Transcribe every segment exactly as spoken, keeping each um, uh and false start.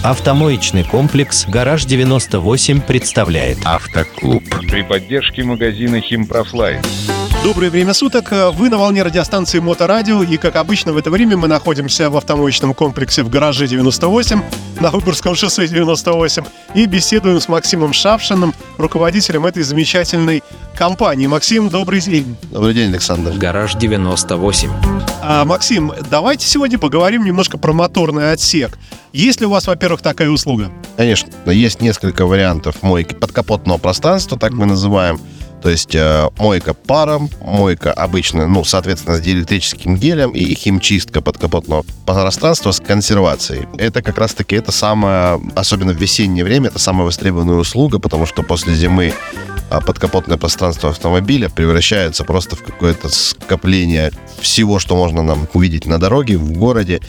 Автомоечный комплекс «Гараж девяносто восемь» представляет Автоклуб при поддержке магазина «Химпрофлайн». Доброе время суток, вы на волне радиостанции Моторадио, и, как обычно, в это время мы находимся в автомоечном комплексе в гараже девяносто восемь на Выборгском шоссе девяносто восемь и беседуем с Максимом Шавшиным, руководителем этой замечательной компании. Максим, добрый день. Добрый день, Александр. «Гараж девяносто восемь». А, Максим, давайте сегодня поговорим немножко про моторный отсек. Есть ли у вас, во-первых, такая услуга? Конечно, есть несколько вариантов мойки подкапотного пространства, так мы называем. То есть э, мойка паром, мойка обычная, ну, соответственно, с диэлектрическим гелем, и химчистка подкапотного пространства с консервацией. Это как раз-таки, это самое, особенно в весеннее время, это самая востребованная услуга, потому что после зимы э, подкапотное пространство автомобиля превращается просто в какое-то скопление всего, что можно нам увидеть на дороге, в городе.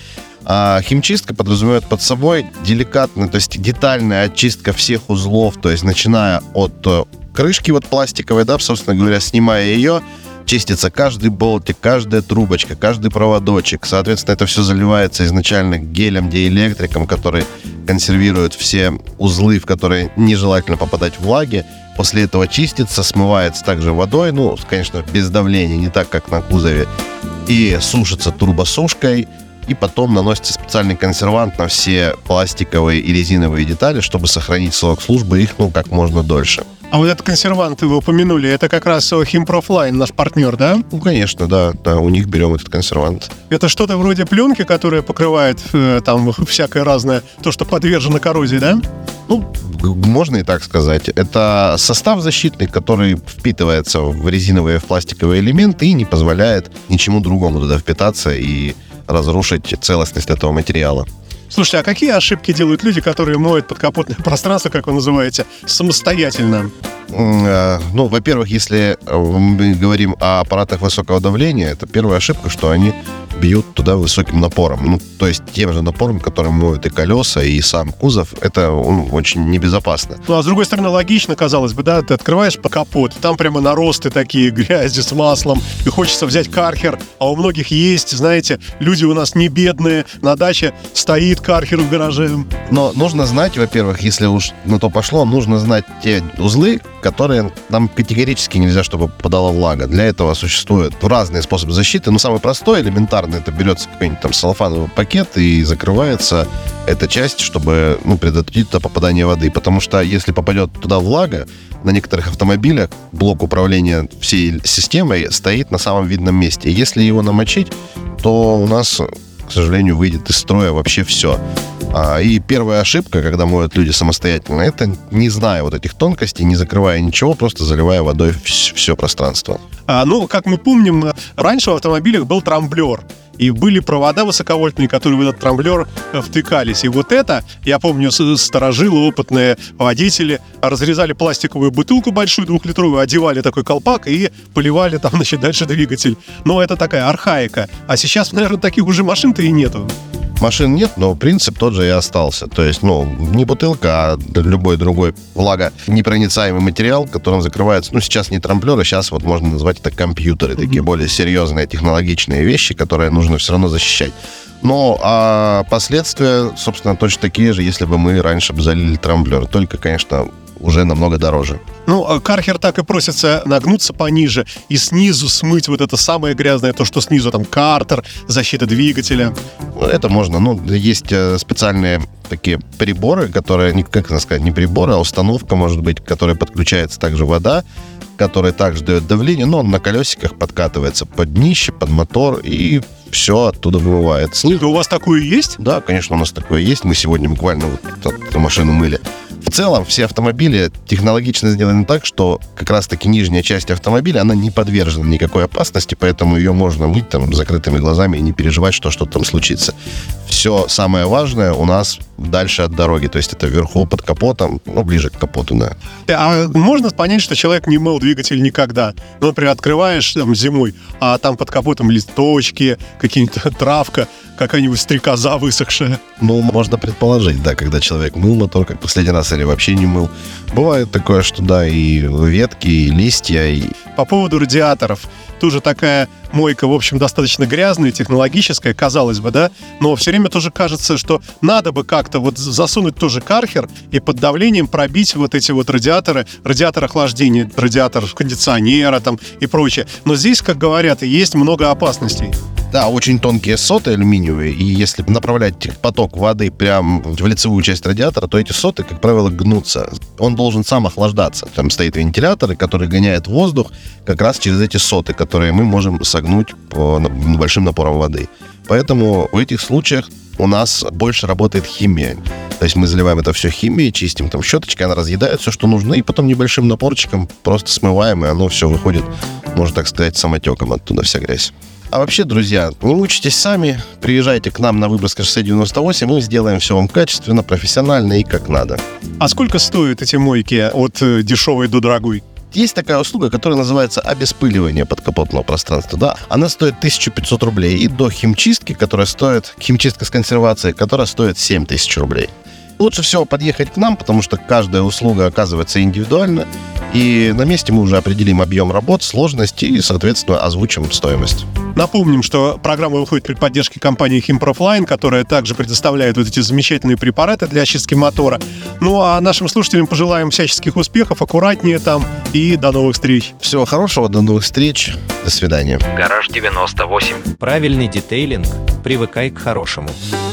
А химчистка подразумевает под собой деликатная, то есть детальная очистка всех узлов, то есть начиная от крышки вот пластиковой, да, собственно говоря, снимая ее, чистится каждый болтик, каждая трубочка, каждый проводочек. Соответственно, это все заливается изначально гелем, диэлектриком, который консервирует все узлы, в которые нежелательно попадать влаги. После этого чистится, смывается также водой, ну, конечно, без давления, не так, как на кузове, и сушится турбосушкой. И потом наносится специальный консервант на все пластиковые и резиновые детали, чтобы сохранить срок службы их, ну, как можно дольше. А вот этот консервант, вы упомянули, это как раз Химпрофлайн, наш партнер, да? Ну, конечно, да, да, у них берем этот консервант. Это что-то вроде пленки, которая покрывает э, там всякое разное, то, что подвержено коррозии, да? Ну, можно и так сказать. Это состав защитный, который впитывается в резиновые, в пластиковые элементы и не позволяет ничему другому туда впитаться и разрушить целостность этого материала. Слушайте, а какие ошибки делают люди, которые моют подкапотное пространство, как вы называете, самостоятельно? Ну, во-первых, если мы говорим о аппаратах высокого давления, это первая ошибка, что они бьют туда высоким напором. Ну, то есть тем же напором, которым моют и колеса, и сам кузов. Это ну, очень небезопасно. Ну, а с другой стороны, логично, казалось бы, да, ты открываешь по капот, там прямо наросты такие, грязи с маслом, и хочется взять кархер, а у многих есть, знаете, люди у нас не бедные, на даче стоит кархер в гараже. Но нужно знать, во-первых, если уж на то пошло, нужно знать те узлы, которые нам категорически нельзя, чтобы попадала влага. Для этого существуют разные способы защиты, но самый простой, элементарный, это берется какой-нибудь там салофановый пакет и закрывается эта часть, чтобы ну, предотвратить туда попадание воды. Потому что если попадет туда влага, на некоторых автомобилях блок управления всей системой стоит на самом видном месте. И если его намочить, то у нас, к сожалению, выйдет из строя вообще все. И первая ошибка, когда моют люди самостоятельно, это не зная вот этих тонкостей, не закрывая ничего, просто заливая водой все пространство. А, ну, как мы помним, раньше в автомобилях был трамблер. И были провода высоковольтные, которые в этот трамблер втыкались. И вот это, я помню, старожилы, опытные водители разрезали пластиковую бутылку большую, двухлитровую, одевали такой колпак и поливали там, значит, дальше двигатель. Но это такая архаика. А сейчас, наверное, таких уже машин-то и нету. Машин нет, но принцип тот же и остался. То есть, ну, не бутылка, а любой другой влагонепроницаемый материал, которым закрывается, ну, сейчас не трамблеры, сейчас вот можно назвать это компьютеры, mm-hmm. такие более серьезные технологичные вещи, которые нужно все равно защищать. Но а последствия, собственно, точно такие же, если бы мы раньше бы залили трамблер. Только, конечно, уже намного дороже. Ну, кархер так и просится нагнуться пониже и снизу смыть вот это самое грязное, то, что снизу, там, картер, защита двигателя. Это можно, ну, есть специальные такие приборы, которые, как это сказать, не приборы, а установка, может быть, к которой подключается также вода, которая также дает давление, но он на колесиках подкатывается под днище, под мотор, и все оттуда вымывает. Слушай, у вас такое есть? Да, конечно, у нас такое есть. Мы сегодня буквально вот эту машину мыли. В целом, все автомобили технологично сделаны так, что как раз-таки нижняя часть автомобиля, она не подвержена никакой опасности, поэтому ее можно мыть там закрытыми глазами и не переживать, что что-то там случится. Все самое важное у нас дальше от дороги, то есть это вверху под капотом, ну, ближе к капоту, да. А можно понять, что человек не мыл двигатель никогда? Ну, например, открываешь там зимой, а там под капотом листочки, какие-нибудь травка, какая-нибудь стрекоза высохшая. Ну, можно предположить, да, когда человек мыл мотор, как последний раз раз или вообще не мыл. Бывает такое, что да, и ветки, и листья, и... По поводу радиаторов. Тоже такая мойка, в общем, достаточно грязная, технологическая, казалось бы, да? Но все время тоже кажется, что надо бы как-то вот засунуть тоже кархер и под давлением пробить вот эти вот радиаторы, радиатор охлаждения, радиатор кондиционера там и прочее. Но здесь, как говорят, есть много опасностей. Да, очень тонкие соты алюминиевые, и если направлять поток воды прямо в лицевую часть радиатора, то эти соты, как правило, гнутся. Он должен сам охлаждаться. Там стоит вентилятор, который гоняет воздух как раз через эти соты, которые мы можем согнуть по большим напорам воды. Поэтому в этих случаях у нас больше работает химия. То есть мы заливаем это все химией, чистим там щеточкой, она разъедает все, что нужно, и потом небольшим напорчиком просто смываем, и оно все выходит, можно так сказать, самотеком оттуда вся грязь. А вообще, друзья, не мучайтесь сами, приезжайте к нам на Выборгское шоссе девяносто восемь, мы сделаем все вам качественно, профессионально и как надо. А сколько стоят эти мойки от э, дешевой до дорогой? Есть такая услуга, которая называется обеспыливание подкапотного пространства. Да, она стоит тысяча пятьсот рублей, и до химчистки, которая стоит, химчистка с консервацией, которая стоит семь тысяч рублей. Лучше всего подъехать к нам, потому что каждая услуга оказывается индивидуально, и на месте мы уже определим объем работ, сложность и, соответственно, озвучим стоимость. Напомним, что программа выходит при поддержке компании Химпрофлайн, которая также предоставляет вот эти замечательные препараты для очистки мотора. Ну а нашим слушателям пожелаем всяческих успехов, аккуратнее там и до новых встреч. Всего хорошего, до новых встреч, до свидания. Гараж девяносто восемь. Правильный детейлинг. Привыкай к хорошему.